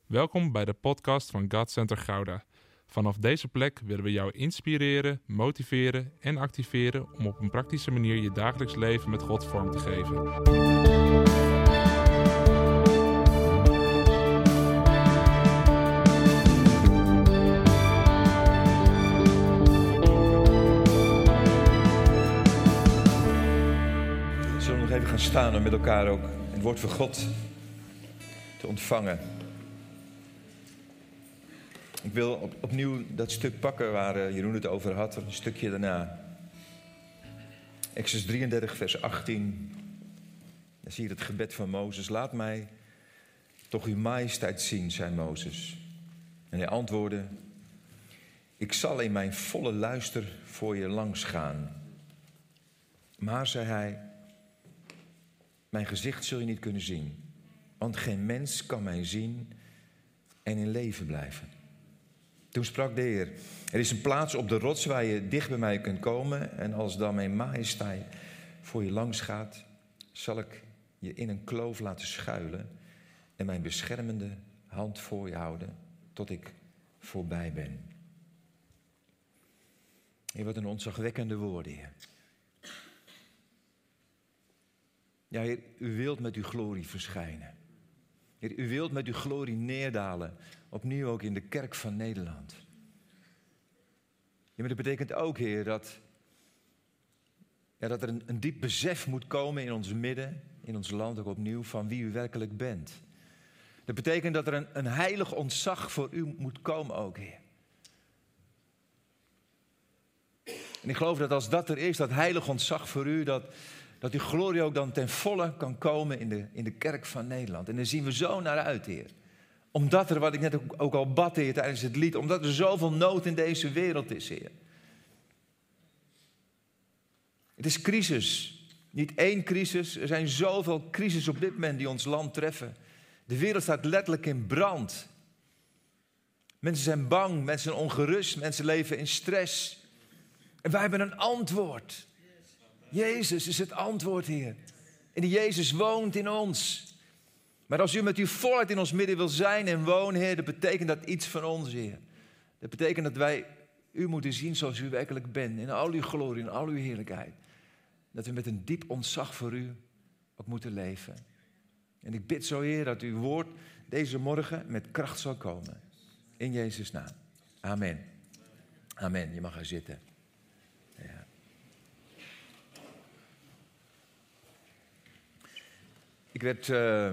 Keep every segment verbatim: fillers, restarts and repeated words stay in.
Welkom bij de podcast van God Center Gouda. Vanaf deze plek willen we jou inspireren, motiveren en activeren om op een praktische manier je dagelijks leven met God vorm te geven. Zullen we nog even gaan staan en met elkaar ook het woord van God te ontvangen. Ik wil op, opnieuw dat stuk pakken waar uh, Jeroen het over had, een stukje daarna. Exodus drieëndertig, vers achttien. Daar zie je het gebed van Mozes. Laat mij toch uw majesteit zien, zei Mozes. En hij antwoordde, ik zal in mijn volle luister voor je langs gaan. Maar, zei hij, mijn gezicht zul je niet kunnen zien. Want geen mens kan mij zien en in leven blijven. Toen sprak de Heer, er is een plaats op de rots waar je dicht bij mij kunt komen. En als dan mijn majesteit voor je langs gaat, zal ik je in een kloof laten schuilen en mijn beschermende hand voor je houden tot ik voorbij ben. Heer, wat een ontzagwekkende woorden, Heer. Ja, Heer, u wilt met uw glorie verschijnen. Heer, u wilt met uw glorie neerdalen, opnieuw ook in de kerk van Nederland. Ja, maar dat betekent ook, Heer, dat, ja, dat er een, een diep besef moet komen in ons midden, in ons land ook opnieuw, van wie u werkelijk bent. Dat betekent dat er een, een heilig ontzag voor u moet komen ook, Heer. En ik geloof dat als dat er is, dat heilig ontzag voor u, dat... Dat uw glorie ook dan ten volle kan komen in de, in de kerk van Nederland. En daar zien we zo naar uit, Heer. Omdat er, wat ik net ook, ook al bad, Heer, tijdens het lied. Omdat er zoveel nood in deze wereld is, Heer. Het is crisis. Niet één crisis. Er zijn zoveel crisis op dit moment die ons land treffen. De wereld staat letterlijk in brand. Mensen zijn bang, mensen zijn ongerust, mensen leven in stress. En wij hebben een antwoord. Jezus is het antwoord, Heer. En die Jezus woont in ons. Maar als u met uw volheid in ons midden wil zijn en wonen, Heer, dat betekent dat iets van ons, Heer. Dat betekent dat wij u moeten zien zoals u werkelijk bent. In al uw glorie, in al uw heerlijkheid. Dat we met een diep ontzag voor u ook moeten leven. En ik bid zo, Heer, dat uw woord deze morgen met kracht zal komen. In Jezus' naam. Amen. Amen. Je mag gaan zitten. Ja. Ik werd uh,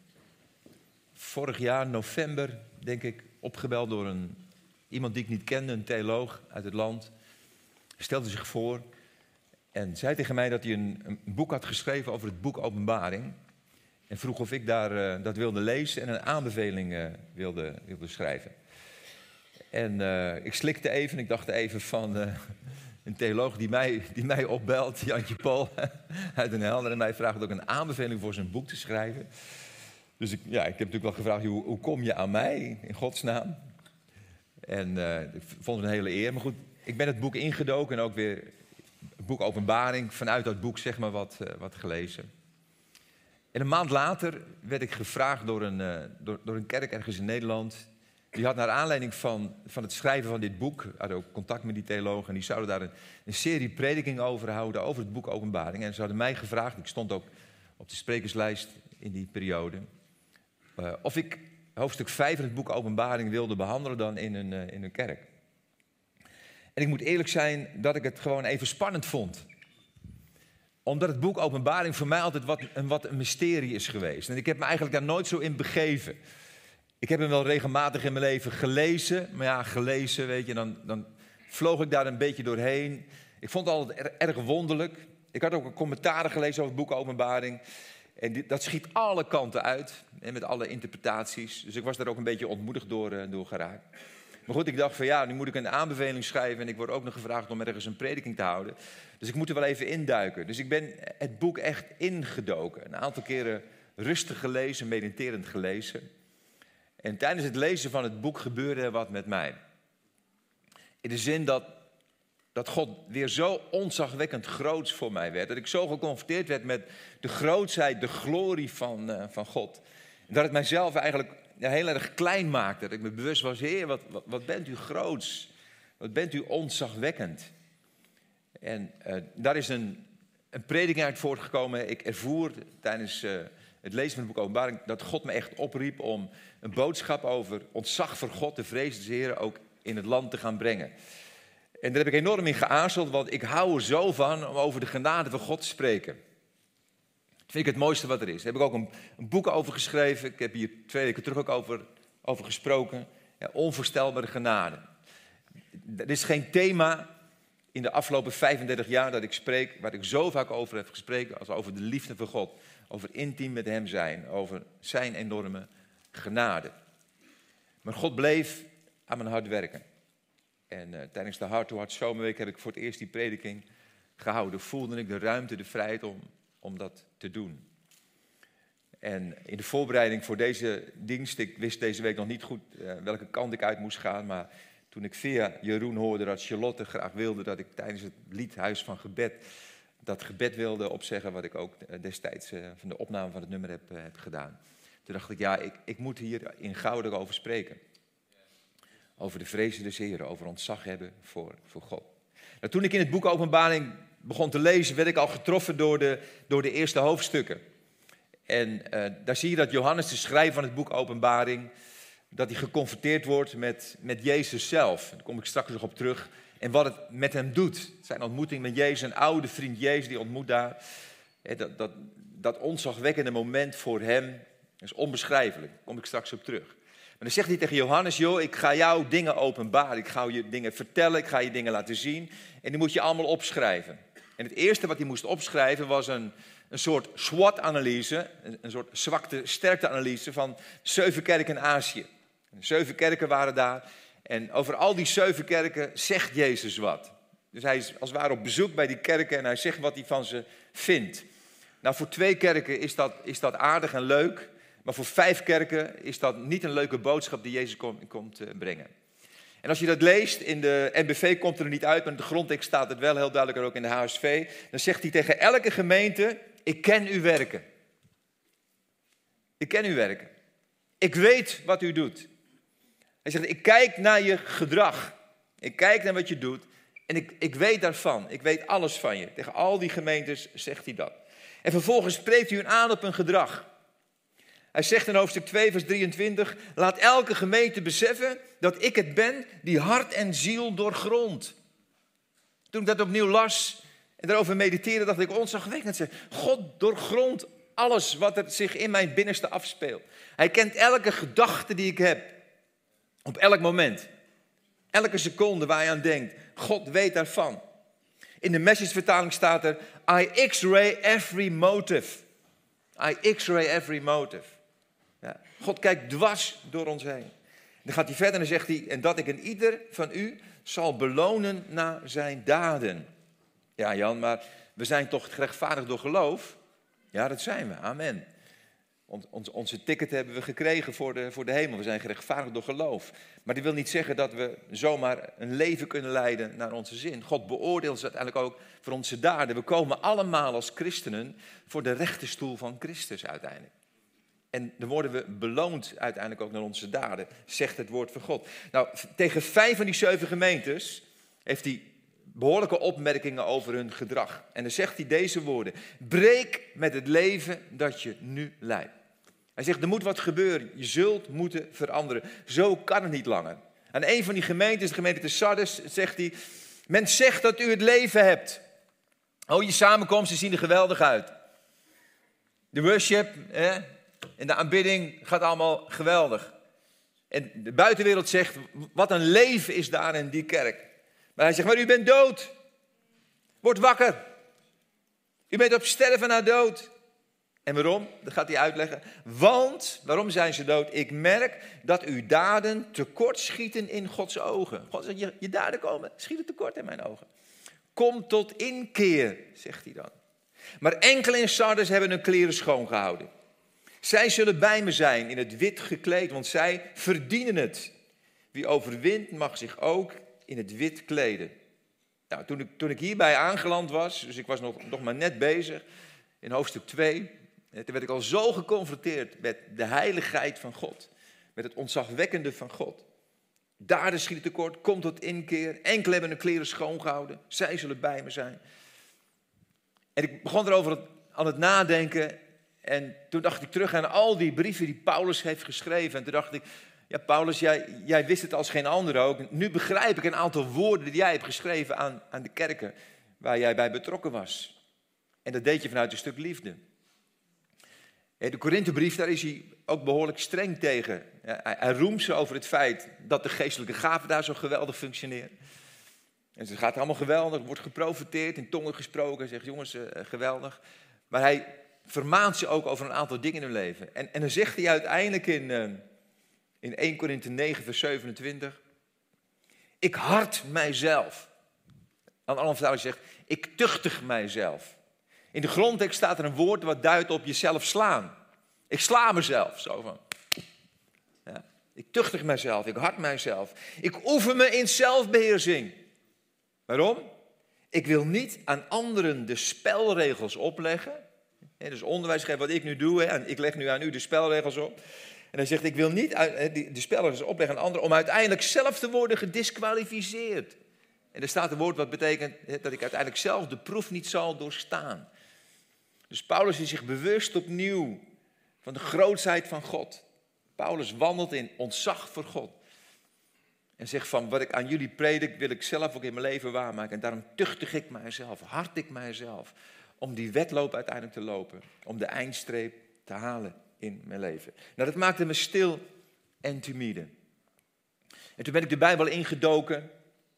vorig jaar november, denk ik, opgebeld door een, iemand die ik niet kende, een theoloog uit het land. Hij stelde zich voor en zei tegen mij dat hij een, een boek had geschreven over het boek Openbaring. En vroeg of ik daar, uh, dat wilde lezen en een aanbeveling uh, wilde, wilde schrijven. En uh, ik slikte even, ik dacht even van... Uh, Een theoloog die mij, die mij opbelt, Jantje Paul uit Den Helder. En mij vraagt ook een aanbeveling voor zijn boek te schrijven. Dus ik, ja, ik heb natuurlijk wel gevraagd, hoe, hoe kom je aan mij in Gods naam? En uh, ik vond het een hele eer. Maar goed, ik ben het boek ingedoken en ook weer het boek Openbaring. Vanuit dat boek zeg maar wat, uh, wat gelezen. En een maand later werd ik gevraagd door een, uh, door, door een kerk ergens in Nederland... Die had naar aanleiding van, van het schrijven van dit boek, had ook contact met die theologen... en die zouden daar een, een serie predikingen over houden, over het boek Openbaring. En ze hadden mij gevraagd, ik stond ook op de sprekerslijst in die periode... Uh, of ik hoofdstuk vijf in het boek Openbaring wilde behandelen dan in een, uh, in een kerk. En ik moet eerlijk zijn dat ik het gewoon even spannend vond. Omdat het boek Openbaring voor mij altijd wat een, wat een mysterie is geweest. En ik heb me eigenlijk daar nooit zo in begeven... Ik heb hem wel regelmatig in mijn leven gelezen. Maar ja, gelezen, weet je, dan, dan vloog ik daar een beetje doorheen. Ik vond het altijd er, erg wonderlijk. Ik had ook een commentaar gelezen over het boek Openbaring. En die, dat schiet alle kanten uit. En met alle interpretaties. Dus ik was daar ook een beetje ontmoedigd door, uh, door geraakt. Maar goed, ik dacht van ja, nu moet ik een aanbeveling schrijven. En ik word ook nog gevraagd om ergens een prediking te houden. Dus ik moet er wel even induiken. Dus ik ben het boek echt ingedoken. Een aantal keren rustig gelezen, mediterend gelezen. En tijdens het lezen van het boek gebeurde er wat met mij. In de zin dat, dat God weer zo ontzagwekkend groots voor mij werd. Dat ik zo geconfronteerd werd met de grootsheid, de glorie van, uh, van God. En dat het mijzelf eigenlijk ja, heel erg klein maakte. Dat ik me bewust was, Heer, wat, wat, wat bent u groots. Wat bent u ontzagwekkend. En uh, daar is een, een prediking uit voortgekomen. Ik ervoer tijdens uh, het lezen van het boek Openbaring dat God me echt opriep om een boodschap over ontzag voor God, de vrees des Heren, ook in het land te gaan brengen. En daar heb ik enorm in geaarzeld, want ik hou er zo van om over de genade van God te spreken. Dat vind ik het mooiste wat er is. Daar heb ik ook een, een boek over geschreven. Ik heb hier twee weken terug ook over, over gesproken. Ja, onvoorstelbare genade. Er is geen thema in de afgelopen vijfendertig jaar dat ik spreek, waar ik zo vaak over heb gesproken, als over de liefde van God. Over intiem met hem zijn, over zijn enorme genade. Maar God bleef aan mijn hart werken. En uh, tijdens de Heart to Heart Zomerweek heb ik voor het eerst die prediking gehouden. Voelde ik de ruimte, de vrijheid om, om dat te doen. En in de voorbereiding voor deze dienst, ik wist deze week nog niet goed uh, welke kant ik uit moest gaan. Maar toen ik via Jeroen hoorde dat Charlotte graag wilde dat ik tijdens het lied Huis van Gebed dat gebed wilde opzeggen, wat ik ook destijds uh, van de opname van het nummer heb, uh, heb gedaan. Toen dacht ik, ja, ik, ik moet hier in Gouda over spreken. Over de vrezen des Heren, over ontzag hebben voor, voor God. Nou, toen ik in het boek Openbaring begon te lezen, werd ik al getroffen door de, door de eerste hoofdstukken. En uh, daar zie je dat Johannes, de schrijver van het boek Openbaring, dat hij geconfronteerd wordt met, met Jezus zelf. Daar kom ik straks nog op terug. En wat het met hem doet. Zijn ontmoeting met Jezus, een oude vriend Jezus, die ontmoet daar. Dat, dat, dat ontzagwekkende moment voor hem is onbeschrijfelijk. Daar kom ik straks op terug. Maar dan zegt hij tegen Johannes, joh, ik ga jou dingen openbaren. Ik ga je dingen vertellen, ik ga je dingen laten zien. En die moet je allemaal opschrijven. En het eerste wat hij moest opschrijven was een, een soort SWOT-analyse. Een, een soort zwakte-sterkte-analyse van zeven kerken in Azië. Zeven kerken waren daar. En over al die zeven kerken zegt Jezus wat. Dus hij is als het ware op bezoek bij die kerken en hij zegt wat hij van ze vindt. Nou, voor twee kerken is dat, is dat aardig en leuk. Maar voor vijf kerken is dat niet een leuke boodschap die Jezus komt, komt brengen. En als je dat leest, in de N B V komt er niet uit, maar in de grondtekst staat het wel heel duidelijk, ook in de H S V. Dan zegt hij tegen elke gemeente, ik ken uw werken. Ik ken uw werken. Ik weet wat u doet. Hij zegt, ik kijk naar je gedrag. Ik kijk naar wat je doet. En ik, ik weet daarvan. Ik weet alles van je. Tegen al die gemeentes zegt hij dat. En vervolgens spreekt hij hun aan op hun gedrag. Hij zegt in hoofdstuk twee, vers drieëntwintig... Laat elke gemeente beseffen dat ik het ben die hart en ziel doorgrondt. Toen ik dat opnieuw las en daarover mediteerde, dacht ik ontzagwekkend. Zeg, God doorgrondt alles wat er zich in mijn binnenste afspeelt. Hij kent elke gedachte die ik heb. Op elk moment. Elke seconde waar je aan denkt. God weet daarvan. In de Message-vertaling staat er... I x-ray every motive. I x-ray every motive. Ja, God kijkt dwars door ons heen. Dan gaat hij verder en dan zegt hij... En dat ik een ieder van u zal belonen naar zijn daden. Ja, Jan, maar we zijn toch gerechtvaardigd door geloof? Ja, dat zijn we. Amen. Onze ticket hebben we gekregen voor de, voor de hemel. We zijn gerechtvaardigd door geloof. Maar dat wil niet zeggen dat we zomaar een leven kunnen leiden naar onze zin. God beoordeelt ons uiteindelijk ook voor onze daden. We komen allemaal als christenen voor de rechterstoel van Christus uiteindelijk. En dan worden we beloond uiteindelijk ook naar onze daden, zegt het woord van God. Nou, tegen vijf van die zeven gemeentes heeft hij behoorlijke opmerkingen over hun gedrag. En dan zegt hij deze woorden. Breek met het leven dat je nu leidt. Hij zegt, er moet wat gebeuren. Je zult moeten veranderen. Zo kan het niet langer. Aan een van die gemeentes, de gemeente te Sardes, zegt hij... Men zegt dat u het leven hebt. Oh, je samenkomsten zien er geweldig uit. De worship eh, en de aanbidding gaat allemaal geweldig. En de buitenwereld zegt, wat een leven is daar in die kerk. Maar hij zegt, maar u bent dood. Word wakker. U bent op sterven na dood. En waarom? Dat gaat hij uitleggen. Want, waarom zijn ze dood? Ik merk dat uw daden tekort schieten in Gods ogen. God zegt, je, je daden komen, schieten tekort in mijn ogen. Kom tot inkeer, zegt hij dan. Maar enkele in Sardes hebben hun kleren schoongehouden. Zij zullen bij me zijn in het wit gekleed, want zij verdienen het. Wie overwint mag zich ook in het wit kleden. Nou, toen, ik, toen ik hierbij aangeland was, dus ik was nog, nog maar net bezig, in hoofdstuk twee... Toen werd ik al zo geconfronteerd met de heiligheid van God. met het ontzagwekkende van God. Daden schieten tekort, komt tot inkeer. Enkele hebben hun kleren schoongehouden. Zij zullen bij me zijn. En ik begon erover aan het nadenken. En toen dacht ik terug aan al die brieven die Paulus heeft geschreven. En toen dacht ik, ja Paulus, jij, jij wist het als geen ander ook. Nu begrijp ik een aantal woorden die jij hebt geschreven aan, aan de kerken waar jij bij betrokken was. En dat deed je vanuit een stuk liefde. De Korinthebrief, daar is hij ook behoorlijk streng tegen. Hij roemt ze over het feit dat de geestelijke gaven daar zo geweldig functioneren. En het gaat allemaal geweldig, er wordt geprofeteerd, in tongen gesproken. Hij zegt, jongens, uh, geweldig. Maar hij vermaant ze ook over een aantal dingen in hun leven. En, en dan zegt hij uiteindelijk in, uh, in Eerste Korinthe negen, vers zevenentwintig. Ik hart mijzelf. Aan de andere vertaling zegt, ik tuchtig mijzelf. In de grondtekst staat er een woord wat duidt op jezelf slaan. Ik sla mezelf, zo van. Ja, ik tuchtig mijzelf, ik hart mijzelf. Ik oefen me in zelfbeheersing. Waarom? Ik wil niet aan anderen de spelregels opleggen. He, dus onderwijs geven wat ik nu doe. He, en ik leg nu aan u de spelregels op. En hij zegt, ik wil niet de spelregels opleggen aan anderen om uiteindelijk zelf te worden gedisqualificeerd. En er staat een woord wat betekent dat ik uiteindelijk zelf de proef niet zal doorstaan. Dus Paulus is zich bewust opnieuw van de grootheid van God. Paulus wandelt in ontzag voor God. En zegt van wat ik aan jullie predik wil ik zelf ook in mijn leven waarmaken. En daarom tuchtig ik mijzelf, hart ik mijzelf. Om die wedloop uiteindelijk te lopen. Om de eindstreep te halen in mijn leven. Nou, dat maakte me stil en timide. En toen ben ik de Bijbel ingedoken.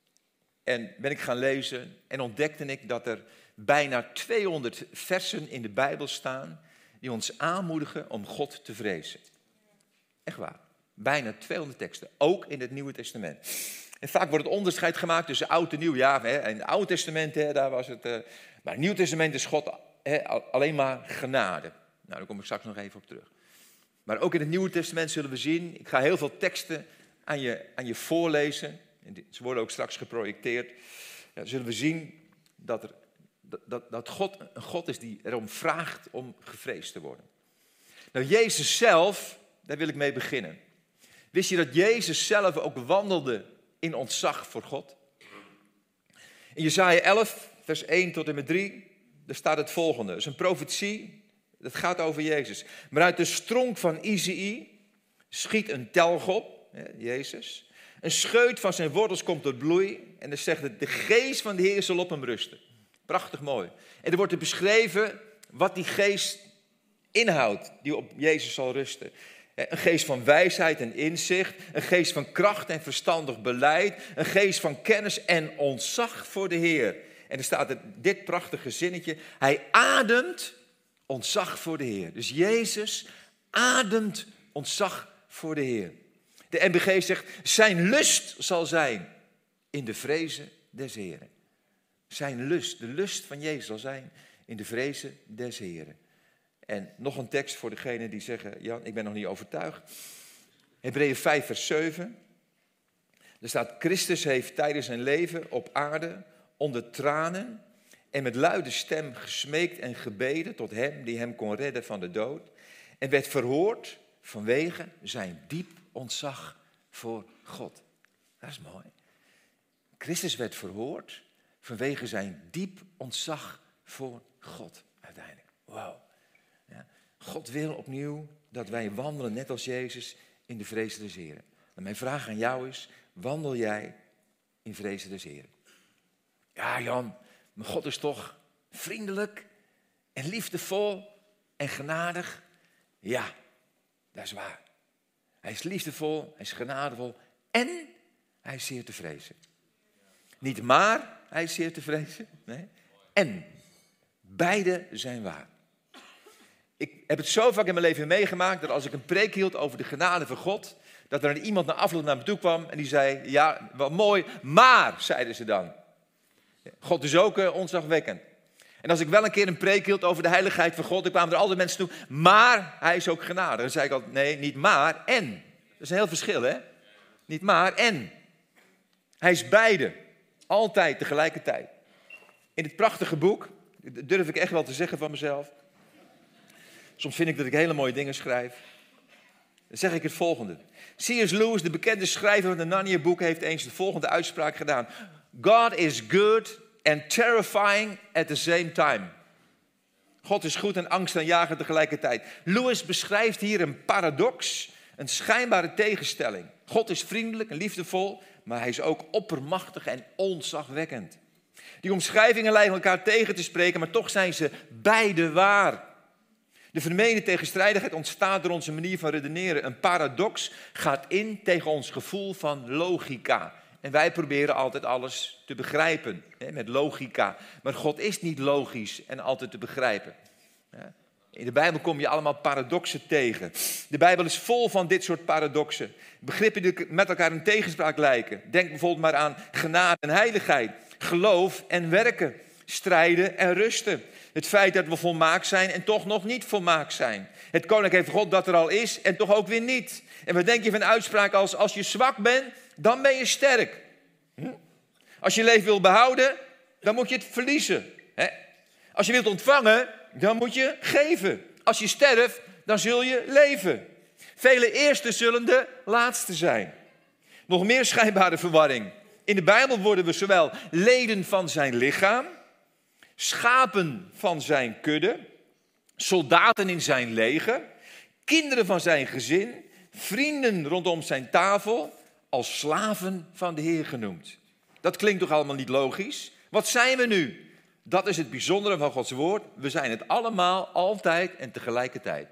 En ben ik gaan lezen en ontdekte ik dat er bijna tweehonderd versen in de Bijbel staan die ons aanmoedigen om God te vrezen. Echt waar. Bijna tweehonderd teksten, ook in het Nieuwe Testament. En vaak wordt het onderscheid gemaakt tussen Oud en Nieuw. Ja, hè, in het Oude Testament, hè, daar was het... Uh, maar in het Nieuwe Testament is God hè, alleen maar genade. Nou, daar kom ik straks nog even op terug. Maar ook in het Nieuwe Testament zullen we zien... Ik ga heel veel teksten aan je, aan je voorlezen... En ze worden ook straks geprojecteerd. Ja, zullen we zien dat, er, dat, dat God een God is die erom vraagt om gevreesd te worden. Nou, Jezus zelf, daar wil ik mee beginnen. Wist je dat Jezus zelf ook wandelde in ontzag voor God? In Jesaja elf, vers één tot en met drie, daar staat het volgende. Dat is een profetie, dat gaat over Jezus. Maar uit de stronk van Isaïe schiet een telg op, Jezus... Een scheut van zijn wortels komt tot bloei. En dan zegt het, de geest van de Heer zal op hem rusten. Prachtig mooi. En er wordt er beschreven wat die geest inhoudt, die op Jezus zal rusten. Een geest van wijsheid en inzicht. Een geest van kracht en verstandig beleid. Een geest van kennis en ontzag voor de Heer. En er staat dit prachtige zinnetje. Hij ademt ontzag voor de Heer. Dus Jezus ademt ontzag voor de Heer. De N B G zegt, zijn lust zal zijn in de vrezen des Heren. Zijn lust, de lust van Jezus zal zijn in de vrezen des Heren. En nog een tekst voor degenen die zeggen, Jan, ik ben nog niet overtuigd. Hebreeën vijf, vers zeven. Er staat, Christus heeft tijdens zijn leven op aarde onder tranen en met luide stem gesmeekt en gebeden tot hem die hem kon redden van de dood. En werd verhoord vanwege zijn diep ontzag voor God. Dat is mooi. Christus werd verhoord vanwege zijn diep ontzag voor God. Uiteindelijk. Wauw. Ja. God wil opnieuw dat wij wandelen, net als Jezus, in de vrezen des Heren. En mijn vraag aan jou is, wandel jij in vrezen des Heren? Ja, Jan, maar God is toch vriendelijk en liefdevol en genadig? Ja, dat is waar. Hij is liefdevol, hij is genadevol en hij is zeer te vrezen. Niet maar, hij is zeer te vrezen. Nee. En beide zijn waar. Ik heb het zo vaak in mijn leven meegemaakt dat als ik een preek hield over de genade van God, dat er iemand na afloop naar me toe kwam en die zei, ja, wat mooi, maar, zeiden ze dan. God is ook uh, ontzagwekkend. En als ik wel een keer een preek hield over de heiligheid van God, dan kwamen er altijd mensen toe, maar hij is ook genadig. Dan zei ik altijd, nee, niet maar, en. Dat is een heel verschil, hè? Niet maar, en. Hij is beide. Altijd tegelijkertijd. In het prachtige boek, durf ik echt wel te zeggen van mezelf. Soms vind ik dat ik hele mooie dingen schrijf. Dan zeg ik het volgende. C S Lewis, de bekende schrijver van de Narnia-boeken, heeft eens de volgende uitspraak gedaan. God is good and terrifying at the same time. God is goed en angstaanjagend tegelijkertijd. Lewis beschrijft hier een paradox, een schijnbare tegenstelling. God is vriendelijk en liefdevol, maar hij is ook oppermachtig en ontzagwekkend. Die omschrijvingen lijken elkaar tegen te spreken, maar toch zijn ze beide waar. De vermeende tegenstrijdigheid ontstaat door onze manier van redeneren. Een paradox gaat in tegen ons gevoel van logica. En wij proberen altijd alles te begrijpen, hè, met logica. Maar God is niet logisch en altijd te begrijpen. In de Bijbel kom je allemaal paradoxen tegen. De Bijbel is vol van dit soort paradoxen. Begrippen die met elkaar in tegenspraak lijken. Denk bijvoorbeeld maar aan genade en heiligheid. Geloof en werken. Strijden en rusten. Het feit dat we volmaakt zijn en toch nog niet volmaakt zijn. Het koninkrijk van God dat er al is en toch ook weer niet. En wat denk je van uitspraken als, als je zwak bent, dan ben je sterk. Hm? Als je leven wil behouden, dan moet je het verliezen. Hè? Als je wilt ontvangen, dan moet je geven. Als je sterft, dan zul je leven. Vele eerste zullen de laatste zijn. Nog meer schijnbare verwarring. In de Bijbel worden we zowel leden van zijn lichaam, schapen van zijn kudde, soldaten in zijn leger, kinderen van zijn gezin, vrienden rondom zijn tafel, als slaven van de Heer genoemd. Dat klinkt toch allemaal niet logisch? Wat zijn we nu? Dat is het bijzondere van Gods woord. We zijn het allemaal, altijd en tegelijkertijd.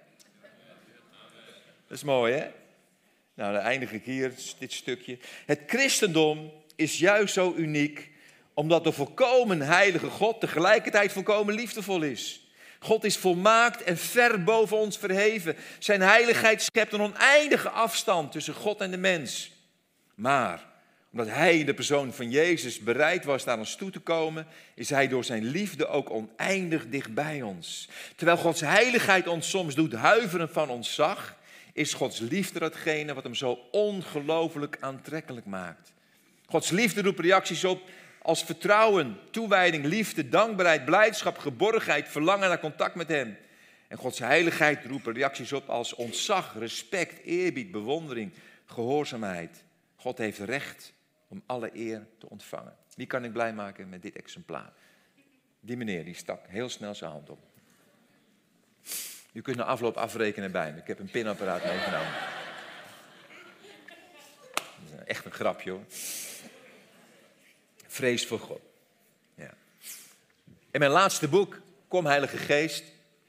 Dat is mooi, hè? Nou, dan eindig ik hier, dit stukje. Het christendom is juist zo uniek, omdat de volkomen heilige God tegelijkertijd volkomen liefdevol is. God is volmaakt en ver boven ons verheven. Zijn heiligheid schept een oneindige afstand tussen God en de mens. Maar omdat hij in de persoon van Jezus bereid was naar ons toe te komen, is hij door zijn liefde ook oneindig dicht bij ons. Terwijl Gods heiligheid ons soms doet huiveren van ontzag, is Gods liefde datgene wat hem zo ongelooflijk aantrekkelijk maakt. Gods liefde roept reacties op als vertrouwen, toewijding, liefde, dankbaarheid, blijdschap, geborgenheid, verlangen naar contact met hem. En Gods heiligheid roept reacties op als ontzag, respect, eerbied, bewondering, gehoorzaamheid. God heeft recht om alle eer te ontvangen. Wie kan ik blij maken met dit exemplaar? Die meneer die stak heel snel zijn hand op. U kunt na afloop afrekenen bij me. Ik heb een pinapparaat meegenomen. Dat is echt een grapje hoor. Vrees voor God. Ja. In mijn laatste boek, Kom Heilige Geest,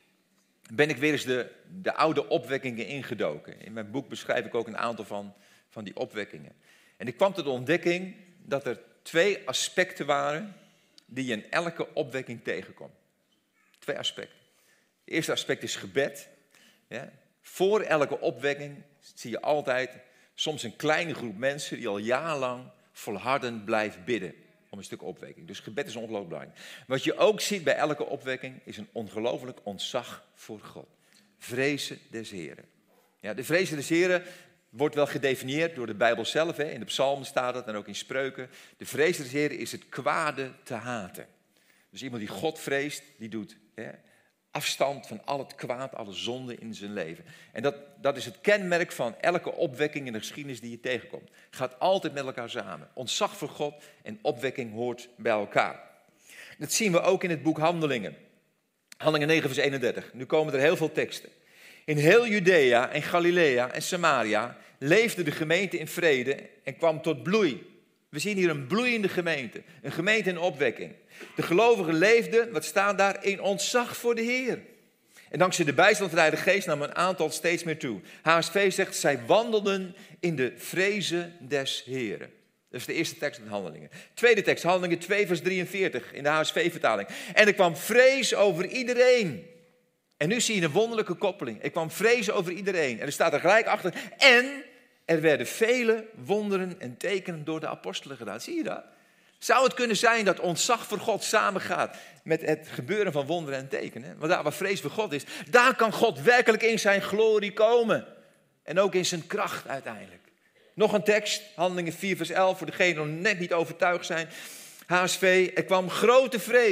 ben ik weer eens de, de oude opwekkingen ingedoken. In mijn boek beschrijf ik ook een aantal van, van die opwekkingen. En ik kwam tot de ontdekking dat er twee aspecten waren die je in elke opwekking tegenkomt. Twee aspecten. Het eerste aspect is gebed. Ja. Voor elke opwekking zie je altijd soms een kleine groep mensen die al jarenlang volhardend blijft bidden om een stuk opwekking. Dus gebed is ongelooflijk belangrijk. Wat je ook ziet bij elke opwekking is een ongelooflijk ontzag voor God. Vrezen des Heren. Ja, de vrezen des Heren wordt wel gedefinieerd door de Bijbel zelf. Hè. In de psalmen staat dat en ook in spreuken. De vrees des Heren is het kwade te haten. Dus iemand die God vreest, die doet hè, afstand van al het kwaad, alle zonde in zijn leven. En dat, dat is het kenmerk van elke opwekking in de geschiedenis die je tegenkomt. Gaat altijd met elkaar samen. Ontzag voor God en opwekking hoort bij elkaar. Dat zien we ook in het boek Handelingen. Handelingen negen vers eenendertig. Nu komen er heel veel teksten. In heel Judea en Galilea en Samaria leefde de gemeente in vrede en kwam tot bloei. We zien hier een bloeiende gemeente. Een gemeente in opwekking. De gelovigen leefden, wat staat daar, in ontzag voor de Heer. En dankzij de bijstand van de Heilige Geest nam een aantal steeds meer toe. H S V zegt, zij wandelden in de vrezen des Heren. Dat is de eerste tekst van Handelingen. Tweede tekst, Handelingen twee vers drieënveertig in de H S V-vertaling. En er kwam vrees over iedereen. En nu zie je een wonderlijke koppeling. Er kwam vrees over iedereen. En er staat er gelijk achter. En er werden vele wonderen en tekenen door de apostelen gedaan. Zie je dat? Zou het kunnen zijn dat ontzag voor God samengaat met het gebeuren van wonderen en tekenen? Want daar waar vrees voor God is, daar kan God werkelijk in zijn glorie komen. En ook in zijn kracht uiteindelijk. Nog een tekst, Handelingen vier vers elf, voor degenen die nog net niet overtuigd zijn. H S V, er kwam grote vrees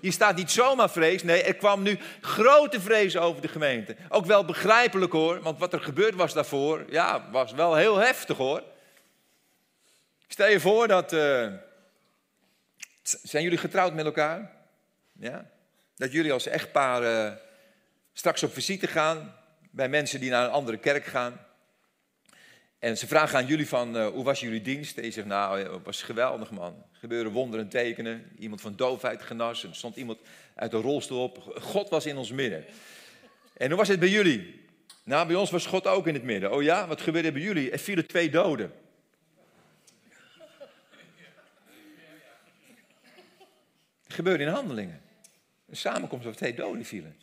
Hier staat niet zomaar vrees. Nee, er kwam nu grote vrees over de gemeente. Ook wel begrijpelijk hoor, want wat er gebeurd was daarvoor, ja, was wel heel heftig hoor. Stel je voor dat... Uh, zijn jullie getrouwd met elkaar? Ja? Dat jullie als echtpaar uh, straks op visite gaan bij mensen die naar een andere kerk gaan. En ze vragen aan jullie van, uh, hoe was jullie dienst? En je zegt, nou, het was geweldig man. Er gebeuren wonderen en tekenen. Iemand van doofheid genas. En er stond iemand uit de rolstoel op. God was in ons midden. En hoe was het bij jullie? Nou, bij ons was God ook in het midden. Oh ja, wat gebeurde bij jullie? Er vielen twee doden. Het gebeurde in Handelingen. Een samenkomst waar twee doden vielen.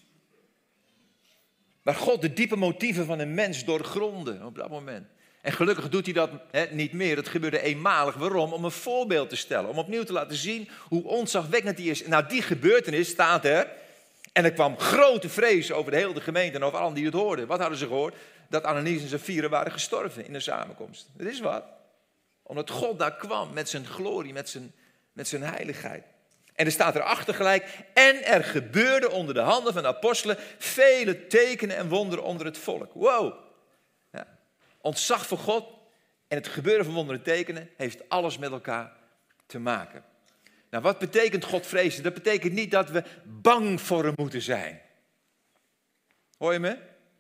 Waar God de diepe motieven van een mens doorgronde op dat moment. En gelukkig doet hij dat he, niet meer. Dat gebeurde eenmalig. Waarom? Om een voorbeeld te stellen. Om opnieuw te laten zien hoe ontzagwekkend hij is. Nou, die gebeurtenis staat er. En er kwam grote vrees over de hele gemeente en over allen die het hoorden. Wat hadden ze gehoord? Dat Ananias en Safira waren gestorven in de samenkomst. Dat is wat. Omdat God daar kwam met zijn glorie, met zijn, met zijn heiligheid. En er staat erachter gelijk, en er gebeurde onder de handen van de apostelen vele tekenen en wonderen onder het volk. Wow. Ja. Ontzag voor God en het gebeuren van wonderen en tekenen heeft alles met elkaar te maken. Nou, wat betekent God vrezen? Dat betekent niet dat we bang voor hem moeten zijn. Hoor je me?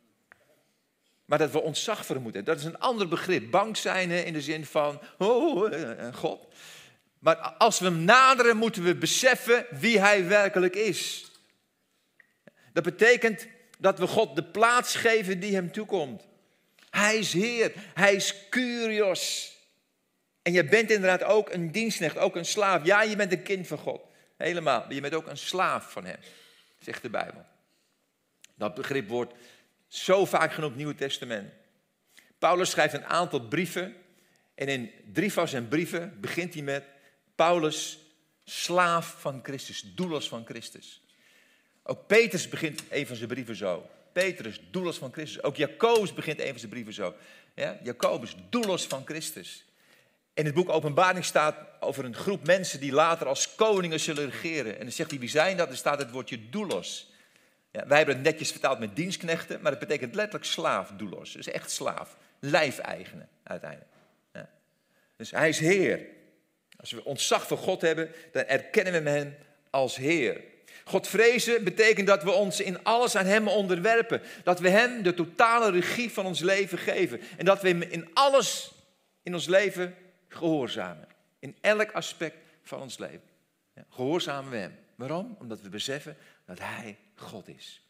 Maar dat we ontzag voor hem moeten. Dat is een ander begrip. Bang zijn in de zin van, oh, God. Maar als we hem naderen, moeten we beseffen wie hij werkelijk is. Dat betekent dat we God de plaats geven die hem toekomt. Hij is Heer, hij is Kyrios. En je bent inderdaad ook een dienstknecht, ook een slaaf. Ja, je bent een kind van God, helemaal. Maar je bent ook een slaaf van hem, zegt de Bijbel. Dat begrip wordt zo vaak genoemd in het Nieuwe Testament. Paulus schrijft een aantal brieven. En in drie van zijn brieven begint hij met... Paulus, slaaf van Christus, doelos van Christus. Ook Petrus begint een van zijn brieven zo. Petrus, doelos van Christus. Ook Jacobus begint een van zijn brieven zo. Ja? Jacobus, doelos van Christus. In het boek Openbaring staat over een groep mensen die later als koningen zullen regeren. En dan zegt hij, wie zijn dat? Er staat het woordje doelos. Ja, wij hebben het netjes vertaald met dienstknechten, maar het betekent letterlijk slaaf, doelos. Dus echt slaaf, lijfeigene uiteindelijk. Ja. Dus hij is Heer. Als we ontzag voor God hebben, dan erkennen we hem als Heer. God vrezen betekent dat we ons in alles aan hem onderwerpen. Dat we hem de totale regie van ons leven geven. En dat we hem in alles in ons leven gehoorzamen. In elk aspect van ons leven. Ja, gehoorzamen we hem. Waarom? Omdat we beseffen dat hij God is.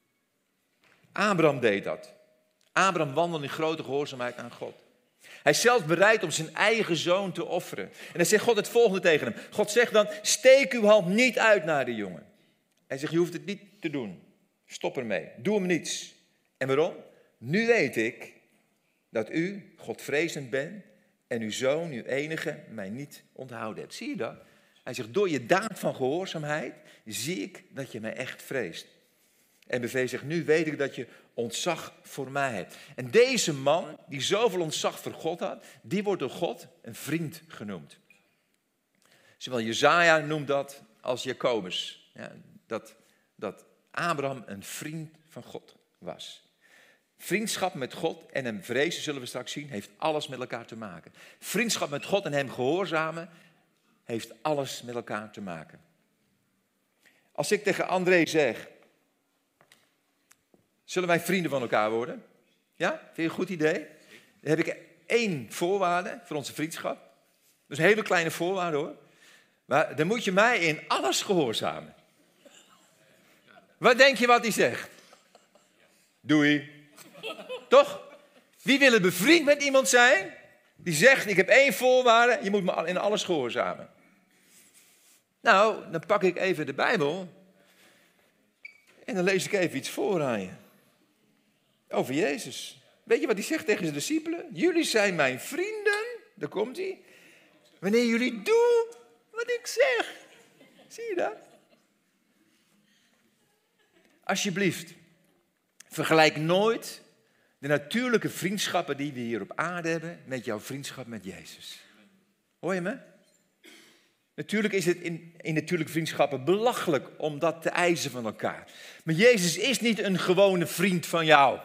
Abraham deed dat. Abraham wandelde in grote gehoorzaamheid aan God. Hij is zelfs bereid om zijn eigen zoon te offeren. En dan zegt God het volgende tegen hem. God zegt dan, steek uw hand niet uit naar de jongen. Hij zegt, je hoeft het niet te doen. Stop ermee. Doe hem niets. En waarom? Nu weet ik dat u Godvrezend bent en uw zoon, uw enige, mij niet onthouden hebt. Zie je dat? Hij zegt, door je daad van gehoorzaamheid zie ik dat je mij echt vreest. En B V zegt, nu weet ik dat je ontzag voor mij hebt. En deze man, die zoveel ontzag voor God had, die wordt door God een vriend genoemd. Zowel Jesaja noemt dat als Jacobus. Ja, dat, dat Abraham een vriend van God was. Vriendschap met God en hem vrezen, zullen we straks zien, heeft alles met elkaar te maken. Vriendschap met God en hem gehoorzamen heeft alles met elkaar te maken. Als ik tegen André zeg, zullen wij vrienden van elkaar worden? Ja? Vind je een goed idee? Dan heb ik één voorwaarde voor onze vriendschap. Dat is een hele kleine voorwaarde hoor. Maar dan moet je mij in alles gehoorzamen. Wat denk je wat hij zegt? Doei. Toch? Wie wil bevriend met iemand zijn? Die zegt, ik heb één voorwaarde, je moet me in alles gehoorzamen. Nou, dan pak ik even de Bijbel. En dan lees ik even iets voor aan je. Over Jezus. Weet je wat hij zegt tegen zijn discipelen? Jullie zijn mijn vrienden. Daar komt hij. Wanneer jullie doen wat ik zeg. Zie je dat? Alsjeblieft. Vergelijk nooit de natuurlijke vriendschappen die we hier op aarde hebben met jouw vriendschap met Jezus. Hoor je me? Natuurlijk is het in, in natuurlijke vriendschappen belachelijk om dat te eisen van elkaar. Maar Jezus is niet een gewone vriend van jou.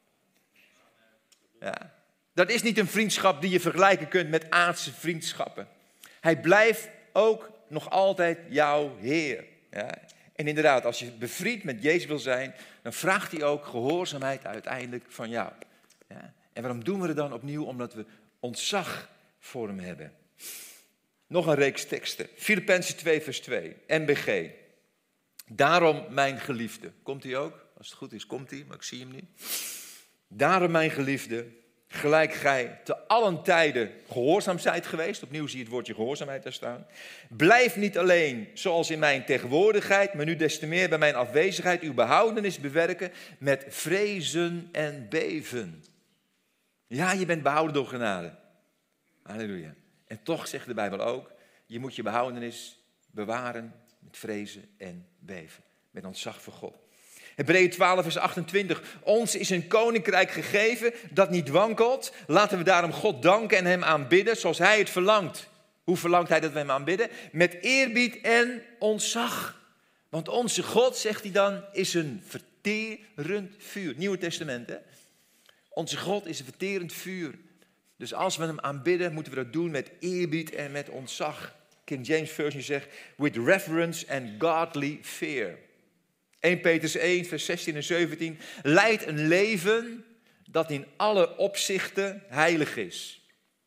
Ja. Dat is niet een vriendschap die je vergelijken kunt met aardse vriendschappen. Hij blijft ook nog altijd jouw Heer. Ja. En inderdaad, als je bevriend met Jezus wil zijn, dan vraagt hij ook gehoorzaamheid uiteindelijk van jou. Ja. En waarom doen we het dan opnieuw? Omdat we ontzag voor hem hebben. Nog een reeks teksten. Filippenzen twee vers twee, N B G. Daarom mijn geliefde. Komt hij ook? Als het goed is, komt hij, maar ik zie hem niet. Daarom mijn geliefde, gelijk gij te allen tijden gehoorzaam zijt geweest. Opnieuw zie je het woordje gehoorzaamheid daar staan. Blijf niet alleen zoals in mijn tegenwoordigheid, maar nu des te meer bij mijn afwezigheid uw behoudenis bewerken met vrezen en beven. Ja, je bent behouden door genade. Halleluja. En toch zegt de Bijbel ook, je moet je behoudenis bewaren met vrezen en beven. Met ontzag voor God. Hebreeën twaalf vers achtentwintig. Ons is een koninkrijk gegeven dat niet wankelt. Laten we daarom God danken en hem aanbidden zoals hij het verlangt. Hoe verlangt hij dat we hem aanbidden? Met eerbied en ontzag. Want onze God, zegt hij dan, is een verterend vuur. Nieuwe Testament, hè? Onze God is een verterend vuur. Dus als we hem aanbidden, moeten we dat doen met eerbied en met ontzag. King James Version zegt, with reverence and godly fear. Eerste Petrus één, vers zestien en zeventien. Leid een leven dat in alle opzichten heilig is.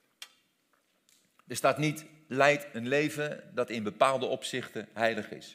Er staat niet, leid een leven dat in bepaalde opzichten heilig is.